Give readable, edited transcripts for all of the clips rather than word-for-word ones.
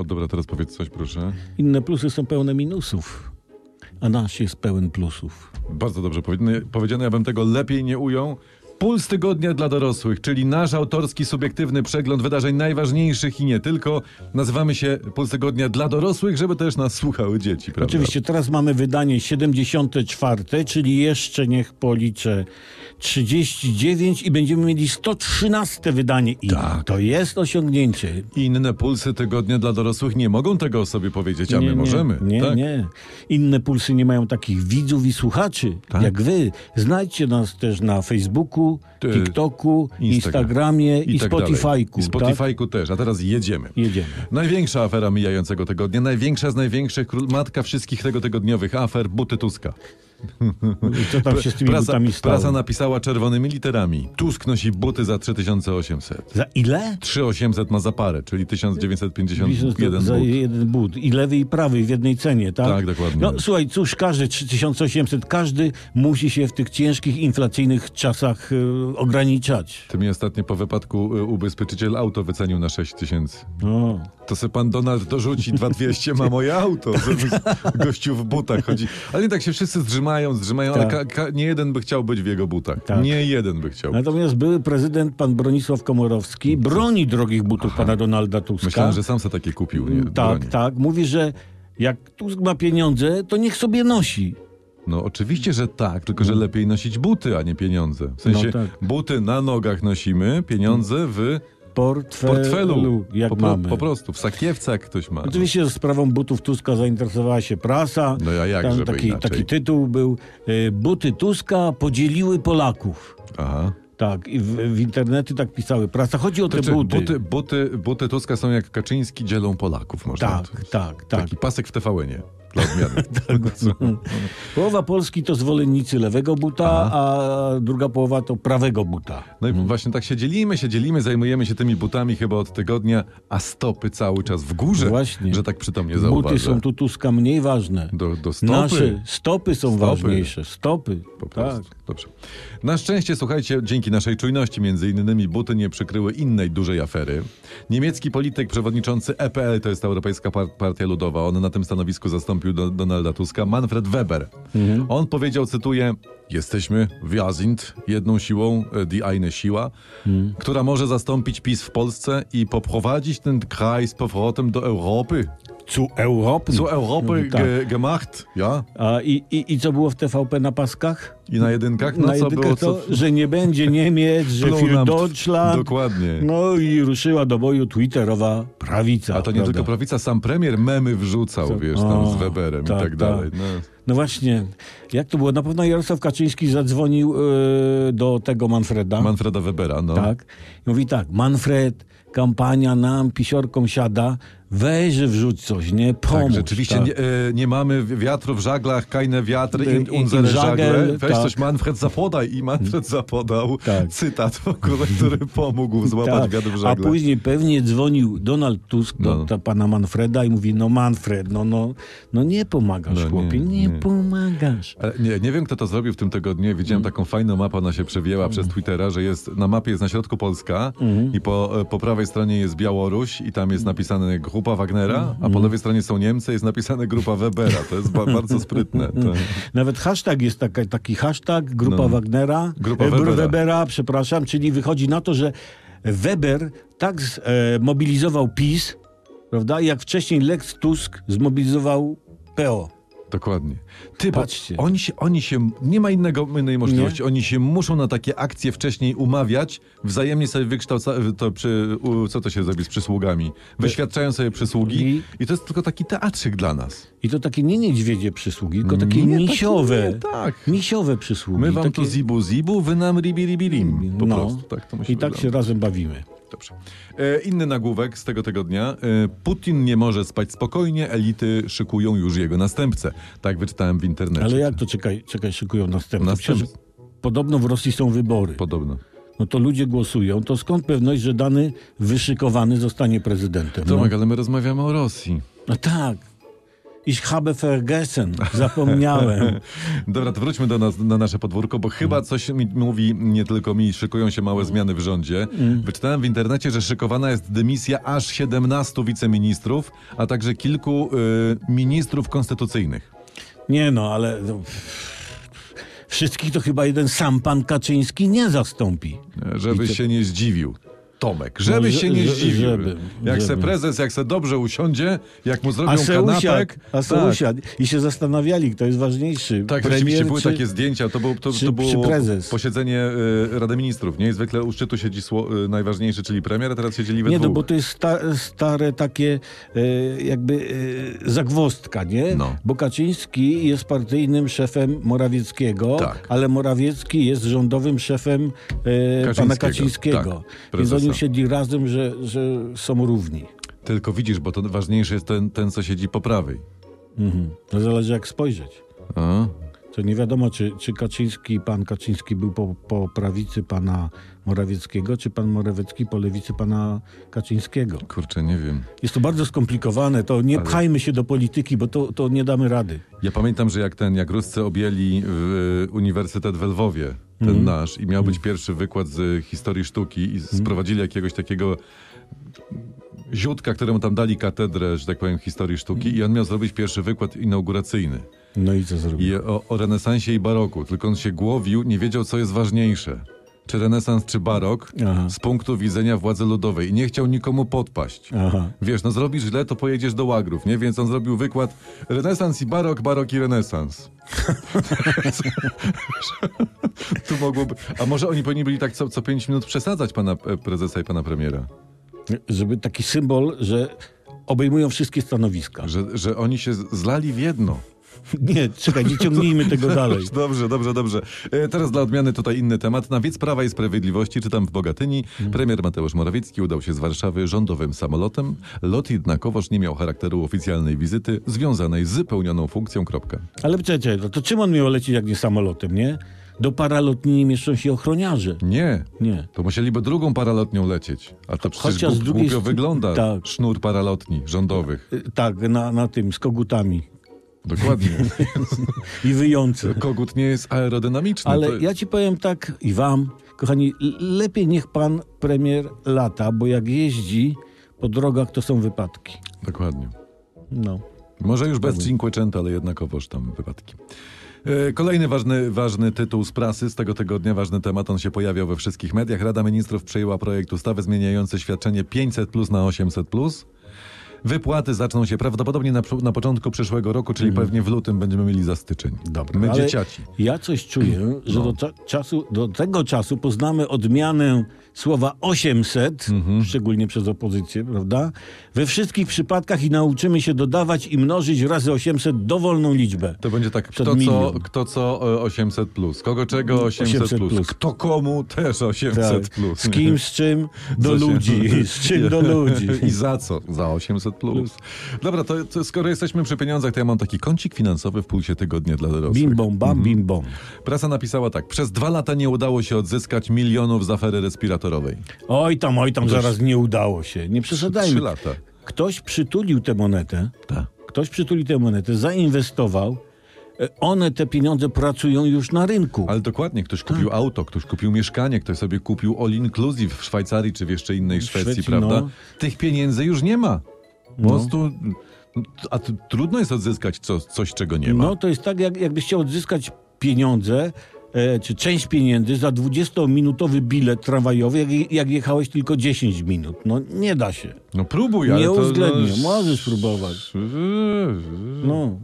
O dobra, teraz powiedz coś, proszę. Inne plusy są pełne minusów, a nasz jest pełen plusów. Bardzo dobrze powiedziane, ja bym tego lepiej nie ujął. Puls tygodnia dla dorosłych, czyli nasz autorski, subiektywny przegląd wydarzeń najważniejszych i nie tylko. Nazywamy się Puls tygodnia dla dorosłych, żeby też nas słuchały dzieci, prawda? Oczywiście, teraz mamy wydanie 74, czyli jeszcze niech policzę 39 i będziemy mieli 113 wydanie. I Tak. to jest osiągnięcie. Inne pulsy tygodnia dla dorosłych nie mogą tego o sobie powiedzieć, a my możemy. Nie, tak? nie. Inne pulsy nie mają takich widzów i słuchaczy, Tak. jak wy. Znajdźcie nas też na Facebooku, TikToku, Instagramie i tak dalej. Spotify'ku. I Spotify'ku też, a teraz jedziemy. Jedziemy. Największa afera mijającego tygodnia, największa z największych, matka wszystkich tego tygodniowych afer, buty Tuska. I co tam się z tymi butami stało? Prasa napisała czerwonymi literami: Tusk nosi buty za 3800. Za ile? 3800 ma za parę, czyli 1951 za but. jeden but. I lewy i prawy w jednej cenie, tak? Tak, dokładnie. No słuchaj, cóż, każdy 3800, każdy musi się w tych ciężkich, inflacyjnych czasach ograniczać. Ty mi ostatnio po wypadku ubezpieczyciel auto wycenił na 6000. No. To se pan Donald dorzuci 2200, ma moje auto. Gościu w butach chodzi. Ale nie tak się wszyscy zdrzymają, Tak. ale nie jeden by chciał być w jego butach. Tak. Nie jeden by chciał. Natomiast były prezydent, pan Bronisław Komorowski, broni drogich butów pana Donalda Tuska. Myślałem, że sam se takie kupił. Nie? Tak, Broni. tak. Mówi, że jak Tusk ma pieniądze, to niech sobie nosi. No oczywiście, że tak, tylko że lepiej nosić buty, a nie pieniądze. W sensie tak. buty na nogach nosimy, pieniądze w portfelu. Jak mamy. Po prostu, w sakiewce jak ktoś ma. Oczywiście sprawą butów Tuska zainteresowała się prasa. No a jak, Tam żeby inaczej? taki tytuł był: buty Tuska podzieliły Polaków. Aha. Tak, i w internety tak pisały prasa. Chodzi o te Znaczy, buty. buty Tuska są jak Kaczyński dzielą Polaków, można. Tak. Taki pasek w TVN-ie. Dla odmiany. Połowa Polski to zwolennicy lewego buta, a druga połowa to prawego buta. No i właśnie tak się dzielimy, zajmujemy się tymi butami chyba od tygodnia, a stopy cały czas w górze, Właśnie. że tak przytomnie zauważę. Buty są tu Tuska mniej ważne. Do stopy. Nasze stopy są ważniejsze. Stopy. Po Tak. prostu. Dobrze. Na szczęście, słuchajcie, dzięki naszej czujności między innymi buty nie przykryły innej dużej afery. Niemiecki polityk przewodniczący EPL, to jest Europejska Partia Ludowa, on na tym stanowisku zastąpił Donalda Tuska, Manfred Weber. On powiedział, cytuję: jesteśmy, wir sind jedną siłą, die eine siła, która może zastąpić PiS w Polsce i poprowadzić ten kraj z powrotem do Europy. Zu Europy. Tak. Gemacht, ja. I co było w TVP na paskach? I na jedynkach? No na co jedynkach było? to, że nie będzie Niemiec, że für Deutschland. Dokładnie. No i ruszyła do boju twitterowa prawica. A to nie prawda? tylko prawica, sam premier memy wrzucał, wiesz, tam z Weberem tak, i tak dalej. No. No właśnie, jak to było? Na pewno Jarosław Kaczyński zadzwonił do tego Manfreda Webera, no. Tak. I mówi tak: Manfred, kampania nam, pisiorkom siada, weź, że wrzuć coś, nie? Pomóż. Tak, rzeczywiście tak. nie mamy wiatru w żaglach, keine wiatry, unsere żagle. Weź coś, Manfred zapodaj. I Manfred zapodał cytat w ogóle, który pomógł złapać wiatr w żagle. A później pewnie dzwonił Donald Tusk do pana Manfreda i mówi: no Manfred, no nie pomagasz, chłopie, nie pomagasz. Nie wiem, kto to zrobił w tym tygodniu. Widziałem taką fajną mapę, ona się przewijała przez Twittera, że na mapie jest na środku Polska i po prawej stronie jest Białoruś i tam jest napisane grupa Wagnera, a po lewej stronie są Niemcy, jest napisane grupa Webera. To jest bardzo sprytne. Nawet hashtag jest taki hashtag, grupa Wagnera, grupa Webera, przepraszam, czyli wychodzi na to, że Weber tak mobilizował PiS, prawda, jak wcześniej Lex Tusk zmobilizował PO. Dokładnie. Patrzcie. Oni się, nie ma innej możliwości. Nie? Oni się muszą na takie akcje wcześniej umawiać, wzajemnie sobie wykształcać, co to się zrobi z przysługami? Wyświadczają sobie przysługi i to jest tylko taki teatrzyk dla nas. I to takie nie niedźwiedzie przysługi, tylko takie misiowe. Misiowe przysługi. My wam to zibu, wy nam ribi. Po prostu. Tak to i tak się razem bawimy. Dobrze. Inny nagłówek z tego tygodnia. Putin nie może spać spokojnie, elity szykują już jego następcę. Tak wyczytałem w internecie. Ale jak to, czekaj, szykują następcę? Przecież podobno w Rosji są wybory. Podobno. No to ludzie głosują, to skąd pewność, że dany wyszykowany zostanie prezydentem? Tomek, ale my rozmawiamy o Rosji. No tak. Ich habe vergessen. Zapomniałem. Dobra, to wróćmy do nas, na nasze podwórko, bo chyba coś mi mówi, nie tylko mi, szykują się małe zmiany w rządzie. Wyczytałem w internecie, że szykowana jest dymisja aż 17 wiceministrów, a także kilku ministrów konstytucyjnych. Nie no, ale wszystkich to chyba jeden sam pan Kaczyński nie zastąpi. Żeby się nie zdziwił. Tomek, żeby się nie zdziwił. Jak se prezes, jak se dobrze usiądzie, jak mu zrobią kanapek. Usiadł i się zastanawiali, kto jest ważniejszy. Tak, premier, rzeczywiście były czy, takie zdjęcia. To było prezes? posiedzenie Rady Ministrów. Nie? Zwykle u szczytu siedzi najważniejszy, czyli premier, a teraz siedzieli we nie, dwóch. no bo to jest stare takie zagwozdka, nie? No. Bo Kaczyński jest partyjnym szefem Morawieckiego, Tak. ale Morawiecki jest rządowym szefem pana Kaczyńskiego. Tak, Więc oni usiedli razem, że są równi. Tylko widzisz, bo to ważniejszy jest ten co siedzi po prawej. To zależy jak spojrzeć. A? To nie wiadomo, czy pan Kaczyński był po prawicy pana Morawieckiego, czy pan Morawiecki po lewicy pana Kaczyńskiego. Kurczę, nie wiem. Jest to bardzo skomplikowane, to nie pchajmy się do polityki, bo to nie damy rady. Ja pamiętam, że jak Ruscy objęli Uniwersytet w Lwowie, ten nasz, i miał być pierwszy wykład z historii sztuki i sprowadzili jakiegoś takiego ziutka, któremu tam dali katedrę, że tak powiem, historii sztuki i on miał zrobić pierwszy wykład inauguracyjny. No i co zrobił? I o renesansie i baroku, tylko on się głowił, nie wiedział, co jest ważniejsze. Czy renesans, czy barok z punktu widzenia władzy ludowej. I nie chciał nikomu podpaść. Aha. Wiesz, no zrobisz źle, to pojedziesz do łagrów, nie? Więc on zrobił wykład renesans i barok, barok i renesans. Tu mogłoby... A może oni powinni byli tak co 5 minut przesadzać pana prezesa i pana premiera? Żeby taki symbol, że obejmują wszystkie stanowiska. Że oni się zlali w jedno. Nie, czekaj, nie ciągnijmy tego dalej. Dobrze. Teraz dla odmiany tutaj inny temat. Na wiec Prawa i Sprawiedliwości, czytam w Bogatyni, premier Mateusz Morawiecki udał się z Warszawy rządowym samolotem. Lot jednakowoż nie miał charakteru oficjalnej wizyty związanej z pełnioną funkcją. Ale czekaj, to czym on miał lecieć, jak nie samolotem, nie? Do paralotni nie mieszczą się ochroniarze. Nie. Nie. To musieliby drugą paralotnią lecieć. A to przecież Chociaż z drugiej głupio wygląda tak. sznur paralotni rządowych. Tak, na tym, z kogutami. Dokładnie. I wyjące. Kogut nie jest aerodynamiczny. Ale ja ci powiem tak i wam, kochani, lepiej niech pan premier lata, bo jak jeździ po drogach, to są wypadki. Dokładnie. No. Może już bez Cinquecento, ale jednakowoż tam wypadki. Kolejny ważny tytuł z prasy z tego tygodnia, ważny temat, on się pojawiał we wszystkich mediach. Rada Ministrów przyjęła projekt ustawy zmieniający świadczenie 500+ na 800+. Wypłaty zaczną się prawdopodobnie na początku przyszłego roku, czyli pewnie w lutym będziemy mieli za styczeń. Dobra, My ale dzieciaci. ja coś czuję, że do tego czasu poznamy odmianę słowa 800, szczególnie przez opozycję, prawda? We wszystkich przypadkach i nauczymy się dodawać i mnożyć razy 800 dowolną liczbę. To będzie tak, kto co 800+. Kogo czego 800+. Kto komu też 800+. Tak. Z kim, z czym? Do ludzi. Z czym do ludzi. I za co? Za 800+. Dobra, to skoro jesteśmy przy pieniądzach, to ja mam taki kącik finansowy w Pulsie Tygodnia dla dorosłych. Bim bom, bam, bim bom. Prasa napisała tak. Przez 2 lata nie udało się odzyskać milionów z afery respiratorowej. Oj tam, zaraz nie udało się. Nie przesadzajmy. 3 lata. Ktoś przytulił tę monetę. Tak. Ktoś przytulił tę monetę, zainwestował. One, te pieniądze pracują już na rynku. Ale dokładnie, ktoś kupił auto, ktoś kupił mieszkanie, ktoś sobie kupił all inclusive w Szwajcarii czy w jeszcze innej Szwecji, prawda? No. Tych pieniędzy już nie ma. Po prostu... A trudno jest odzyskać coś, czego nie ma. No to jest tak, jakbyś chciał odzyskać pieniądze, czy część pieniędzy za 20-minutowy bilet tramwajowy, jak jechałeś tylko 10 minut. No nie da się. No próbuj, ale nie to... uwzględnię. Możesz spróbować. No.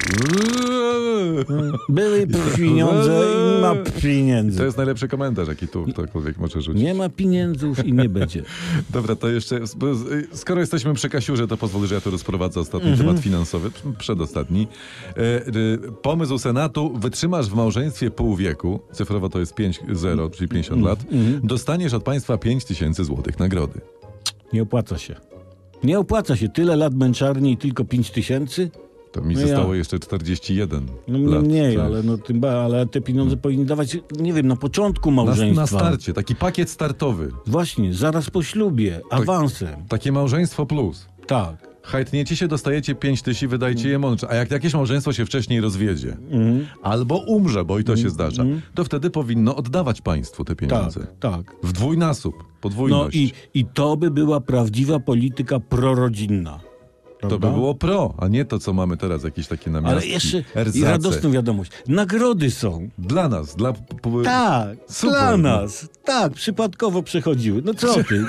Były pieniądze i nie ma pieniędzy. To jest najlepszy komentarz, jaki tu ktokolwiek może rzucić. Nie ma pieniędzów i nie będzie. Dobra, to jeszcze, skoro jesteśmy przy Kasiurze, to pozwól, że ja tu rozprowadzę ostatni temat finansowy, przedostatni. Pomysł Senatu, wytrzymasz w małżeństwie pół wieku, cyfrowo to jest 5-0, czyli 50 lat, dostaniesz od państwa 5000 złotych nagrody. Nie opłaca się. Nie opłaca się. Tyle lat męczarni i tylko 5000? To mi zostało jeszcze 41 No lat. mniej, ale te pieniądze powinni dawać, nie wiem, na początku małżeństwa. Na starcie, taki pakiet startowy. Właśnie, zaraz po ślubie, awansem. Takie małżeństwo plus. Tak. Hajtniecie się, dostajecie 5 tysięcy, wydajcie je mądrze. A jak jakieś małżeństwo się wcześniej rozwiedzie, albo umrze, bo i to się zdarza, to wtedy powinno oddawać państwu te pieniądze. Tak. W dwójnasób, No podwójność. i to by była prawdziwa polityka prorodzinna. To Prawda? by było pro, a nie to, co mamy teraz, jakieś takie namiastki. Ale jeszcze i erzace. radosną wiadomość. Nagrody są. Dla nas, dla... Tak, Super. dla nas. Tak, przypadkowo przechodziły. No co ty?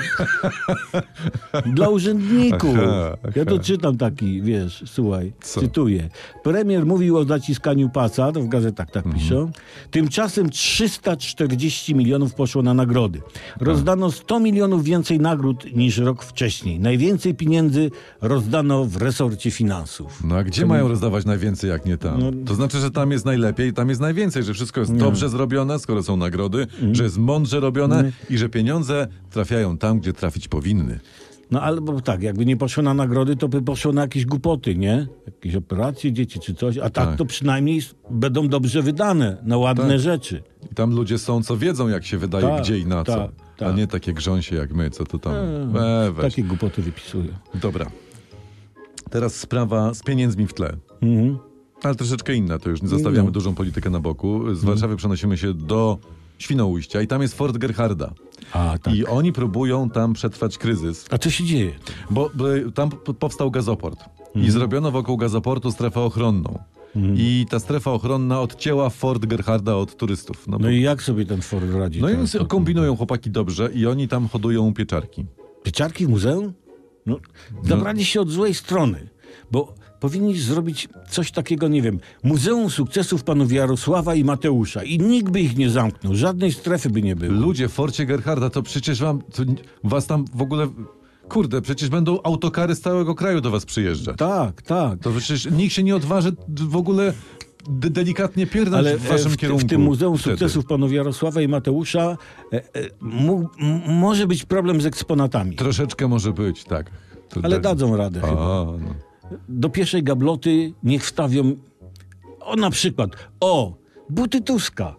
Dla urzędników. Aha. Ja to czytam taki, wiesz, słuchaj, Co? cytuję. Premier mówił o zaciskaniu pasa, to w gazetach tak Mhm. piszą. Tymczasem 340 milionów poszło na nagrody. Rozdano 100 milionów więcej nagród niż rok wcześniej. Najwięcej pieniędzy rozdano w resorcie finansów. No a gdzie mają rozdawać najwięcej, jak nie tam? No. To znaczy, że tam jest najlepiej, tam jest najwięcej, że wszystko jest dobrze zrobione, skoro są nagrody, że jest mądrze robione i że pieniądze trafiają tam, gdzie trafić powinny. No albo tak, jakby nie poszło na nagrody, to by poszło na jakieś głupoty, nie? Jakieś operacje dzieci czy coś. A tak to przynajmniej będą dobrze wydane na ładne rzeczy. I tam ludzie są, co wiedzą, jak się wydaje, Tak, gdzie i na co. tak, A tak. nie takie grząsie jak my, co to tam... weź. Takie głupoty wypisują. Dobra. Teraz sprawa z pieniędzmi w tle. Ale troszeczkę inna, to już zostawiamy No. dużą politykę na boku. Z Warszawy przenosimy się do Świnoujścia i tam jest Fort Gerharda. A, tak. I oni próbują tam przetrwać kryzys, A co się dzieje? bo tam powstał gazoport. I zrobiono wokół gazoportu strefę ochronną. I ta strefa ochronna odcięła Fort Gerharda od turystów. No i jak sobie ten Ford radzi? No i teraz? kombinują chłopaki dobrze i oni tam hodują pieczarki. Pieczarki w muzeum? No, zabrali się od złej strony, bo powinni zrobić coś takiego, nie wiem, Muzeum Sukcesów Panów Jarosława i Mateusza i nikt by ich nie zamknął, żadnej strefy by nie było. Ludzie w Forcie Gerharda, to przecież was tam w ogóle... Kurde, przecież będą autokary z całego kraju do was przyjeżdżać. Tak. To przecież nikt się nie odważy w ogóle delikatnie pierdnąć Ale w waszym kierunku. w tym Muzeum wtedy. Sukcesów Panów Jarosława i Mateusza może być problem z eksponatami. Troszeczkę może być, tak. Ale dadzą radę chyba. No. Do pierwszej gabloty niech wstawią na przykład buty Tuska.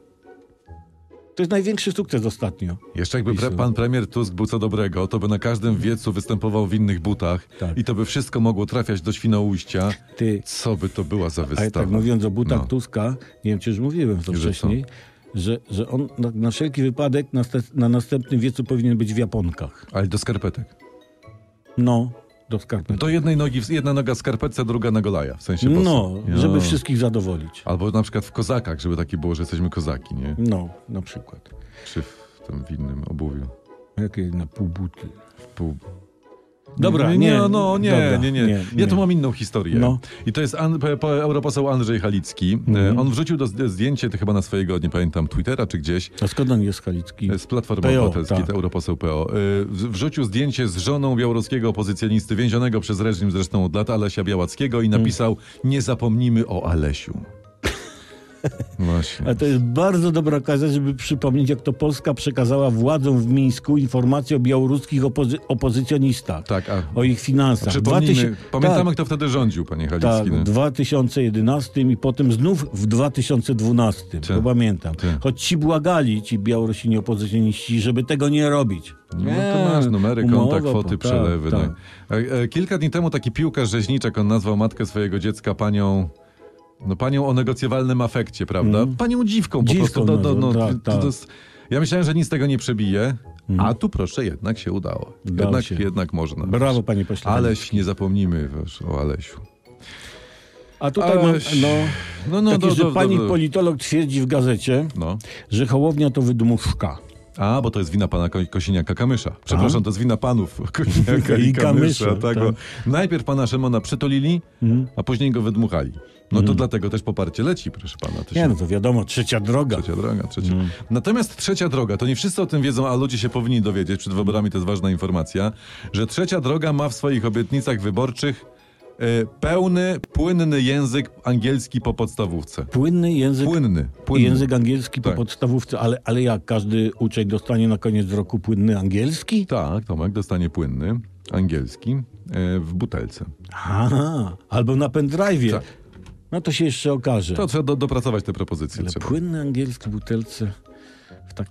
To jest największy sukces ostatnio. Jeszcze jakby PiSu. pan premier Tusk był co dobrego, to by na każdym wiecu występował w innych butach Tak. i to by wszystko mogło trafiać do Świnoujścia. Ty, Co by to była za a wystawa? ja tak mówiąc o butach No. Tuska, nie wiem, czy już mówiłem to Że wcześniej, że on na wszelki wypadek na następnym wiecu powinien być w japonkach. Ale do skarpetek. No, do skarpet. Do jednej nogi, jedna noga w skarpetce, druga na golaja, w sensie No, boso. żeby wszystkich zadowolić. Albo na przykład w kozakach, żeby takie było, że jesteśmy kozaki, nie? No, na przykład. Czy w tym w innym obuwiu. Jakie na pół buty. Pół... Dobra, nie. nie. Ja tu mam inną historię. No. I to jest europoseł Andrzej Halicki. On wrzucił zdjęcie, to chyba na swojego, nie pamiętam, Twittera czy gdzieś, A skąd on jest Halicki? z Platformy PO, Obywatelskiej, tak. to europoseł PO. Wrzucił zdjęcie z żoną białoruskiego opozycjonisty, więzionego przez reżim zresztą od lat, Alesia Białackiego i napisał: nie zapomnimy o Alesiu. Właśnie. Ale to jest bardzo dobra okazja, żeby przypomnieć, jak to Polska przekazała władzom w Mińsku informacje o białoruskich opozycjonistach. Tak, O ich finansach. przypomnijmy, pamiętamy, tak, kto wtedy rządził, panie tak, Halicki. w 2011 i potem znów w 2012. To pamiętam. Ty. Choć ci błagali, ci białorusini opozycjoniści, żeby tego nie robić. No to masz numery, kontakt, umowa, foty, tak, przelewy. tak. No. Kilka dni temu taki piłkarz rzeźniczek, on nazwał matkę swojego dziecka panią o negocjowalnym afekcie, prawda? Panią dziwką po Dziwką prostu. nazwał, tak. To jest, ja myślałem, że nic z tego nie przebije, a tu proszę, jednak się udało. Udało się. Jednak można. Brawo, panie pośle. Aleś, nie zapomnimy o Alesiu. A tutaj mam, że pani politolog twierdzi w gazecie, że Hołownia to wydmuszka. A, bo to jest wina pana Kosiniaka-Kamysza. Przepraszam, to jest wina panów Kosiniaka i Kamysza. Tak, bo najpierw pana Szymona przytulili, a później go wydmuchali. No to dlatego też poparcie leci, proszę pana. To wiadomo, trzecia droga. Trzecia droga. Natomiast trzecia droga, to nie wszyscy o tym wiedzą, a ludzie się powinni dowiedzieć, przed wyborami to jest ważna informacja, że trzecia droga ma w swoich obietnicach wyborczych pełny, płynny język angielski po podstawówce. Płynny język. Płynny. Język angielski po Tak. podstawówce, ale jak każdy uczeń dostanie na koniec roku płynny angielski? Tak, Tomek dostanie płynny angielski w butelce. Aha, albo na pendrive'ie. Tak. No to się jeszcze okaże. To trzeba dopracować te propozycje. Ale trzeba. płynny angielski w butelce w tak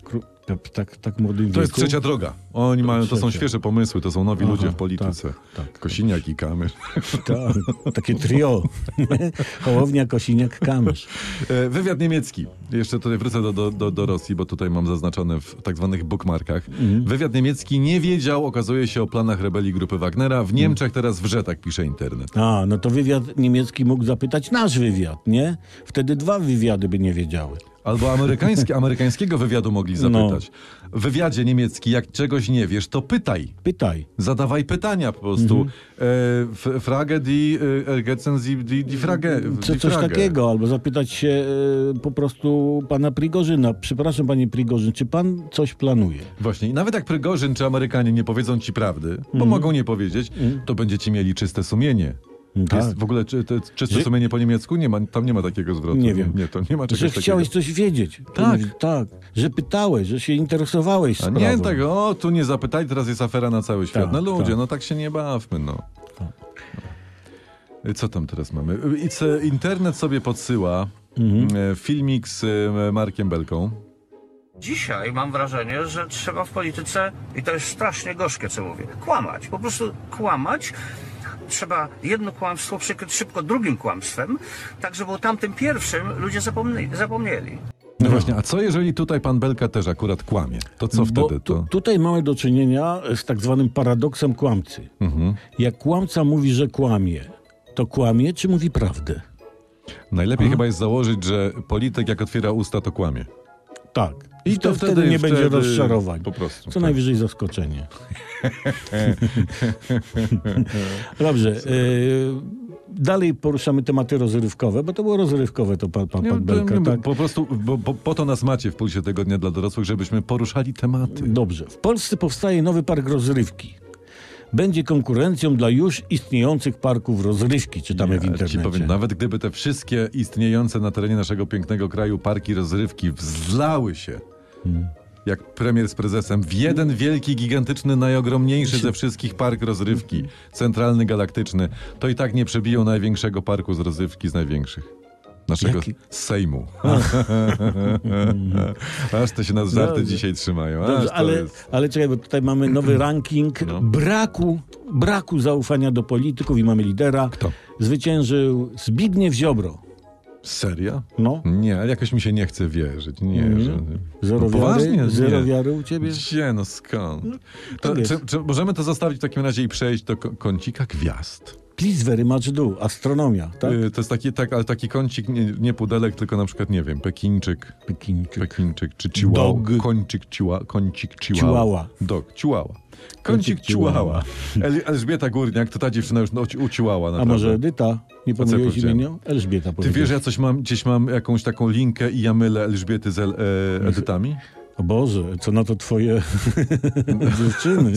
Tak młodym wieku. To jest trzecia droga. Oni mają, to są Trzecia. świeże pomysły, to są nowi ludzie w polityce. tak. Kosiniak i Kamysz. Tak, takie trio. Hołownia, Kosiniak, Kamysz. Wywiad niemiecki. Jeszcze tutaj wrócę do Rosji, bo tutaj mam zaznaczone w tak zwanych bookmarkach. Wywiad niemiecki nie wiedział, okazuje się, o planach rebelii grupy Wagnera. W Niemczech teraz wrze, tak pisze internet. A, no to wywiad niemiecki mógł zapytać nasz wywiad, nie? Wtedy 2 wywiady by nie wiedziały. Albo amerykańskiego wywiadu mogli zapytać. W wywiadzie niemiecki, jak czegoś nie wiesz, to pytaj. Pytaj. Zadawaj pytania po prostu. Frage die ergetzen Sie die Frage. Coś takiego, albo zapytać się po prostu pana Prigorzyna. Przepraszam, panie Prigorzyn, czy pan coś planuje? Właśnie. I nawet jak Prygorzyn czy Amerykanie nie powiedzą ci prawdy, bo mogą nie powiedzieć, to będziecie mieli czyste sumienie. Tak. Jest w ogóle czyste sumienie po niemiecku? Nie ma, tam nie ma takiego zwrotu. Nie wiem. Nie, to nie ma czegoś Że takiego. chciałeś coś wiedzieć. Tak. Tak. Że pytałeś, że się interesowałeś A sprawą. nie tego, o, tu nie zapytaj, teraz jest afera na cały świat. Tak, No ludzie, tak. no tak się nie bawmy, no. Tak. Co tam teraz mamy? Internet sobie podsyła filmik z Markiem Belką. Dzisiaj mam wrażenie, że trzeba w polityce, i to jest strasznie gorzkie, co mówię, kłamać. Po prostu kłamać. Trzeba jedno kłamstwo przykryć szybko drugim kłamstwem, tak żeby o tamtym pierwszym ludzie zapomnieli. No właśnie, a co jeżeli tutaj pan Belka też akurat kłamie? To co Bo wtedy? To... tutaj mamy do czynienia z tak zwanym paradoksem kłamcy. Jak kłamca mówi, że kłamie, to kłamie, czy mówi prawdę? Najlepiej chyba jest założyć, że polityk jak otwiera usta, to kłamie. Tak. I to wtedy nie będzie wtedy rozczarowań. po prostu, Co tak. najwyżej zaskoczenie. Dobrze. Dalej poruszamy tematy rozrywkowe, bo to było rozrywkowe, to pan Belka. Tak? Po prostu, bo po to nas macie w Pulsie Tygodnia dla dorosłych, żebyśmy poruszali tematy. Dobrze. W Polsce powstaje nowy park rozrywki. Będzie konkurencją dla już istniejących parków rozrywki, czytamy w Ja internecie. ci powiem, nawet gdyby te wszystkie istniejące na terenie naszego pięknego kraju parki rozrywki wzlały się jak premier z prezesem w jeden wielki, gigantyczny, najogromniejszy ze wszystkich park rozrywki, centralny, galaktyczny, to i tak nie przebiją największego parku z rozrywki z największych. Naszego Jaki? Sejmu. Aż to się nas żarty Dobrze. dzisiaj trzymają. Dobrze, Aż to jest... ale czekaj, bo tutaj mamy nowy ranking No. braku zaufania do polityków i mamy lidera. Kto? Zwyciężył Zbigniew Ziobro. Serio? No. Nie, ale jakoś mi się nie chce wierzyć. Nie, że... Zero No poważnie? wiary? Zero Nie. wiary u ciebie? Gdzie, no skąd? To, tak jest. czy możemy to zostawić w takim razie i przejść do kącika gwiazd? Please very much do. Astronomia, tak? To jest taki kącik, nie pudelek, tylko na przykład, nie wiem, Pekińczyk, czy Chihuahua. Dog. Kącik Chihuahua. Dog, Chihuahua. Kącik Chihuahua. Elżbieta Górniak, to ta dziewczyna już uciłała A naprawdę. może Edyta? Nie co pomyliłeś powiedziałem? imienia? Elżbieta Ty powiedziałeś. wiesz, ja gdzieś mam jakąś taką linkę i ja mylę Elżbiety z Edytami? O Boże, co na to twoje dziewczyny?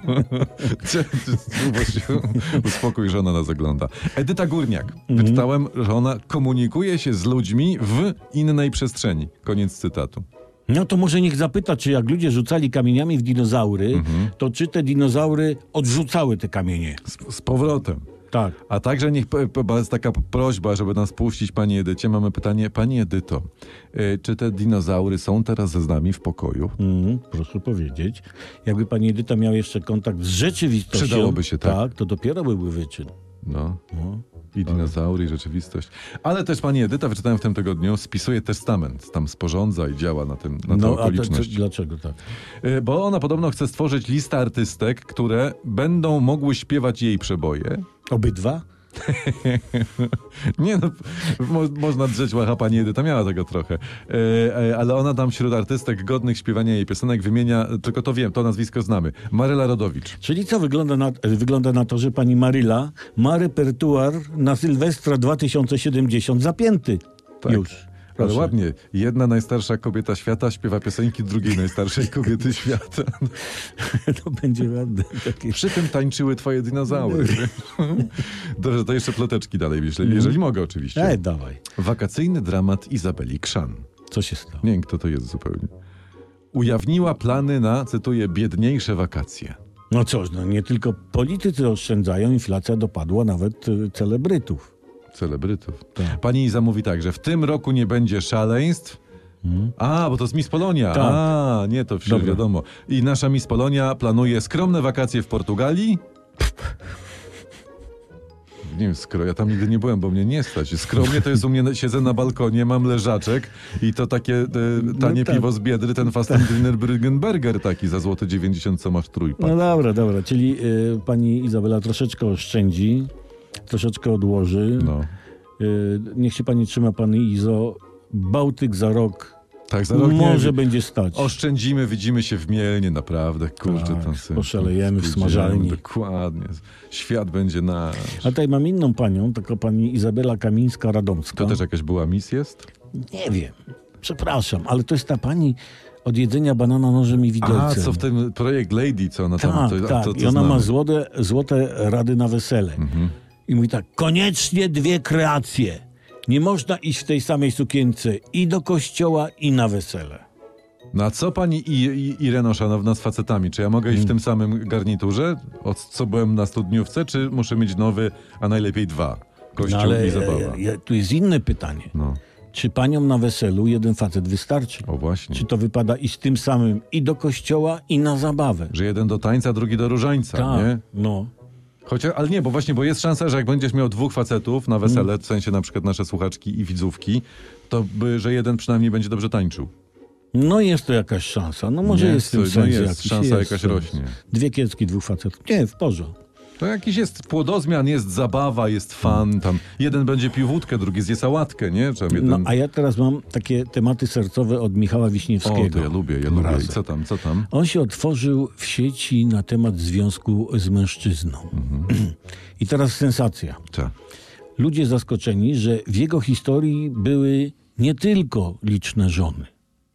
Uspokój, że ona nas ogląda. Edyta Górniak. Wyczytałem, że ona komunikuje się z ludźmi w innej przestrzeni. Koniec cytatu. No to może niech zapyta, czy jak ludzie rzucali kamieniami w dinozaury, to czy te dinozaury odrzucały te kamienie? Z powrotem. Tak. A także jest taka prośba, żeby nas puścić, pani Edycie. Mamy pytanie, pani Edyto, czy te dinozaury są teraz z nami w pokoju? Proszę powiedzieć. Jakby pani Edyta miała jeszcze kontakt z rzeczywistością, Przydałoby się, tak. to dopiero byłby wyczyn. No. I dinozaury, i rzeczywistość. Ale też pani Edyta, wyczytałem w tym tygodniu, spisuje testament. Tam sporządza i działa na tę okoliczność. Dlaczego tak? Bo ona podobno chce stworzyć listę artystek, które będą mogły śpiewać jej przeboje. Obydwa? Nie no, można drzeć łacha, pani Edyta miała tego trochę. Ale ona tam wśród artystek godnych śpiewania jej piosenek wymienia, tylko to wiem, to nazwisko znamy. Maryla Rodowicz. Czyli co, wygląda na to, że pani Maryla ma repertuar na Sylwestra 2070 zapięty. Tak. Już. Ale Proszę. ładnie. Jedna najstarsza kobieta świata śpiewa piosenki drugiej najstarszej kobiety świata. To będzie ładne. Takie... Przy tym tańczyły twoje dinozaury. Dobrze, to jeszcze ploteczki dalej, jeżeli mogę oczywiście. Dawaj. Wakacyjny dramat Izabeli Krzan. Co się stało? Nie wiem, kto to jest zupełnie. Ujawniła plany na, cytuję, biedniejsze wakacje. No cóż, nie tylko politycy oszczędzają, inflacja dopadła nawet celebrytów. Celebrytów. Tak. Pani Iza mówi tak, że w tym roku nie będzie szaleństw, A, bo to jest Miss Polonia. Tak. A, nie, to wszystko Dobra. wiadomo. I nasza Miss Polonia planuje skromne wakacje w Portugalii. Nie wiem, ja tam nigdy nie byłem, bo mnie nie stać. Skromnie to jest u mnie, siedzę na balkonie, mam leżaczek i to takie tanie tak. piwo z Biedry, ten Fastengriner Bryggenberger taki za złote 90, co masz trójpak. No dobra, czyli pani Izabela troszeczkę oszczędzi, troszeczkę odłoży. No. Niech się pani trzyma, pani Izo. Bałtyk za rok Tak, za rok może będzie stać. oszczędzimy, widzimy się w Mielnie, naprawdę. Kurczę, Tak, tam sobie poszalejemy w pójdziemy, smażalni. Dokładnie. Świat będzie nasz. A tutaj mam inną panią, taka pani Izabela Kamińska-Radomska. To też jakaś była miss jest? Nie wiem, przepraszam, ale to jest ta pani od jedzenia banana nożem i widelcem. A, co w tym projekt Lady, co ona tam... Tak. to I ona ma znamy. złote rady na wesele. I mówi tak, koniecznie 2 kreacje. Nie można iść w tej samej sukience i do kościoła, i na wesele. No a co pani Ireno Szanowna z facetami? Czy ja mogę iść w tym samym garniturze, od co byłem na studniówce, czy muszę mieć nowy, a najlepiej 2? Kościół i zabawa. Tu jest inne pytanie. No, Czy paniom na weselu jeden facet wystarczy? o właśnie. Czy to wypada iść tym samym i do kościoła, i na zabawę? Że jeden do tańca, drugi do różańca, nie? no. Ale nie, bo jest szansa, że jak będziesz miał 2 facetów na wesele, w sensie na przykład nasze słuchaczki i widzówki, to że jeden przynajmniej będzie dobrze tańczył. No jest to jakaś szansa. No może Nie, jest w tym no sens jest, jakiś. szansa jest jakaś sens. rośnie. 2 kiecki, 2 facetów. Nie, w porządku. To jakiś jest płodozmian, jest zabawa, jest fan, tam jeden będzie pił wódkę, drugi zje sałatkę, nie? Czy tam jeden... No, a ja teraz mam takie tematy sercowe od Michała Wiśniewskiego. O, to ja lubię. I co tam? On się otworzył w sieci na temat związku z mężczyzną. I teraz sensacja. Tak. Ludzie zaskoczeni, że w jego historii były nie tylko liczne żony.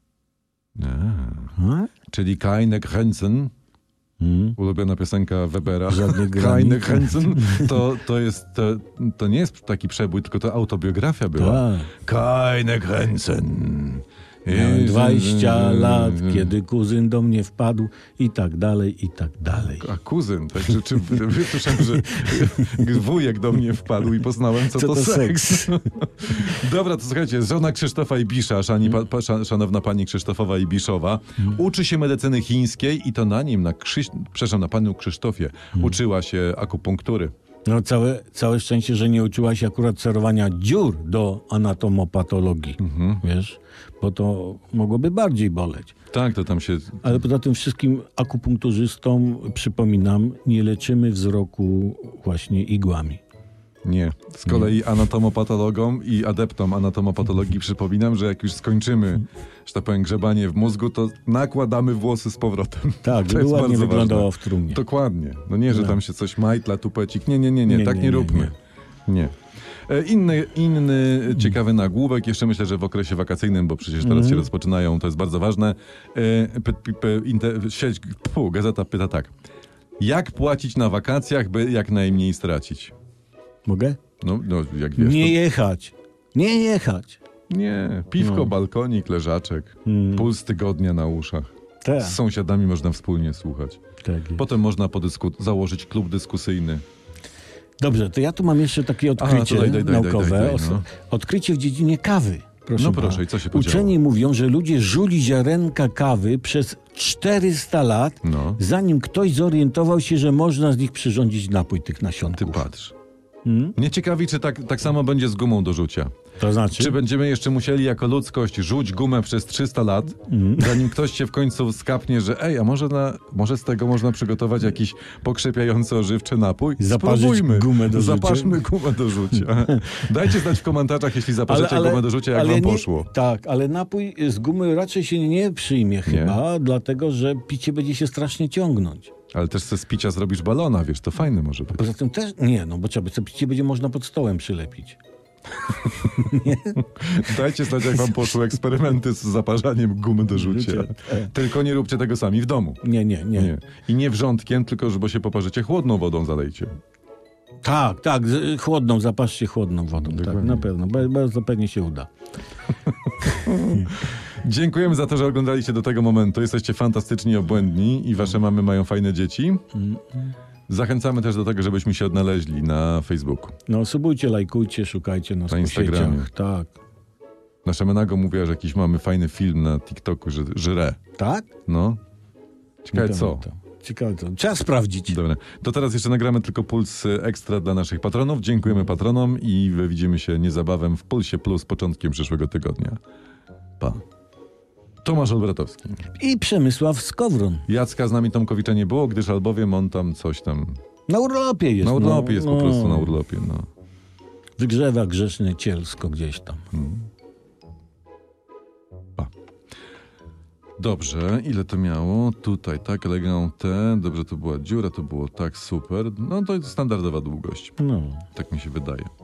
A? Czyli Keine Grenzen, ulubiona piosenka Webera, Żadnych Keine granic. Grenzen, to nie jest taki przebój, tylko to autobiografia była. Tak. Keine Grenzen. Miałem 20 lat, kiedy kuzyn do mnie wpadł i tak dalej, i tak dalej. A kuzyn, tak? Czy słyszałem, że wujek do mnie wpadł i poznałem, co to seks. Dobra, to słuchajcie, żona Krzysztofa Ibisza, szanowna pani Krzysztofowa Ibiszowa, uczy się medycyny chińskiej i to na nim, na panu Krzysztofie, uczyła się akupunktury. No całe szczęście, że nie uczyła się akurat cerowania dziur do anatomopatologii, wiesz, bo to mogłoby bardziej boleć. Tak, to tam się... Ale poza tym wszystkim akupunkturzystom, przypominam, nie leczymy wzroku właśnie igłami. Nie. Z kolei anatomopatologom i adeptom anatomopatologii przypominam, że jak już skończymy, że tak powiem, grzebanie w mózgu, to nakładamy włosy z powrotem. Tak, To żeby jest ładnie bardzo wyglądało ważne. w trumnie. Dokładnie. No nie, że tam się coś majtla, tupecik. Nie, tak nie róbmy. Nie. Inny ciekawy nagłówek, jeszcze myślę, że w okresie wakacyjnym, bo przecież teraz się rozpoczynają, to jest bardzo ważne. Gazeta pyta tak. Jak płacić na wakacjach, by jak najmniej stracić? Mogę? No jak wiesz. Nie jechać. Nie jechać. Nie, piwko, balkonik, leżaczek, puls tygodnia na uszach. Tak. Z sąsiadami można wspólnie słuchać. Tak jest. Potem można założyć klub dyskusyjny. Dobrze, to ja tu mam jeszcze takie odkrycie naukowe. daj, no. Odkrycie w dziedzinie kawy. Proszę No pana. proszę, i co się podziało? Uczeni mówią, że ludzie żuli ziarenka kawy przez 400 lat, No. zanim ktoś zorientował się, że można z nich przyrządzić napój tych Ty nasionków. patrz. Mnie ciekawi, czy tak samo będzie z gumą do rzucia. To znaczy? Czy będziemy jeszcze musieli jako ludzkość rzuć gumę przez 300 lat, zanim ktoś się w końcu skapnie, że a może z tego można przygotować jakiś pokrzepiający ożywczy napój? Zaparzyć Spróbujmy. gumę do rzucia. Zaparzmy gumę do rzucia. Dajcie znać w komentarzach, jeśli zaparzycie gumę do rzucia, jak wam poszło. Tak, ale napój z gumy raczej się nie przyjmie chyba, dlatego że picie będzie się strasznie ciągnąć. Ale też z picia zrobisz balona, wiesz, to fajne może być. Poza tym też, bo trzeba, to picie będzie można pod stołem przylepić. Dajcie znać, jak wam poszły eksperymenty z zaparzaniem gumy do rzucia. Tylko nie róbcie tego sami w domu. Nie. I nie wrzątkiem, tylko bo się poparzycie, chłodną wodą zalejcie. Tak, chłodną, zapaszcie chłodną wodą. Tak, na pewno, bardzo pewnie się uda. Dziękujemy za to, że oglądaliście do tego momentu. Jesteście fantastyczni, obłędni i wasze mamy mają fajne dzieci. Zachęcamy też do tego, żebyśmy się odnaleźli na Facebooku. No, subujcie, lajkujcie, szukajcie nas Na po Instagramie. sieciach. Tak. Nasza Menago mówiła, że jakiś mamy fajny film na TikToku, że żre. Tak? No. Ciekawe Nie co. pamiętam. Ciekawe co. Trzeba sprawdzić. Dobra. To teraz jeszcze nagramy tylko Puls Ekstra dla naszych patronów. Dziękujemy patronom i widzimy się niezabawem w Pulsie Plus początkiem przyszłego tygodnia. Pa. Tomasz Olbratowski. I Przemysław Skowron. Jacka z nami Tomkowicza nie było, gdyż albowiem on tam coś tam... Na urlopie jest. Na urlopie jest no. po prostu na urlopie, no. Wygrzewa grzeszne cielsko gdzieś tam. Pa. Dobrze, ile to miało? Tutaj, tak, elegante. Dobrze, to była dziura, to było tak, super. No to jest standardowa długość. No. Tak mi się wydaje.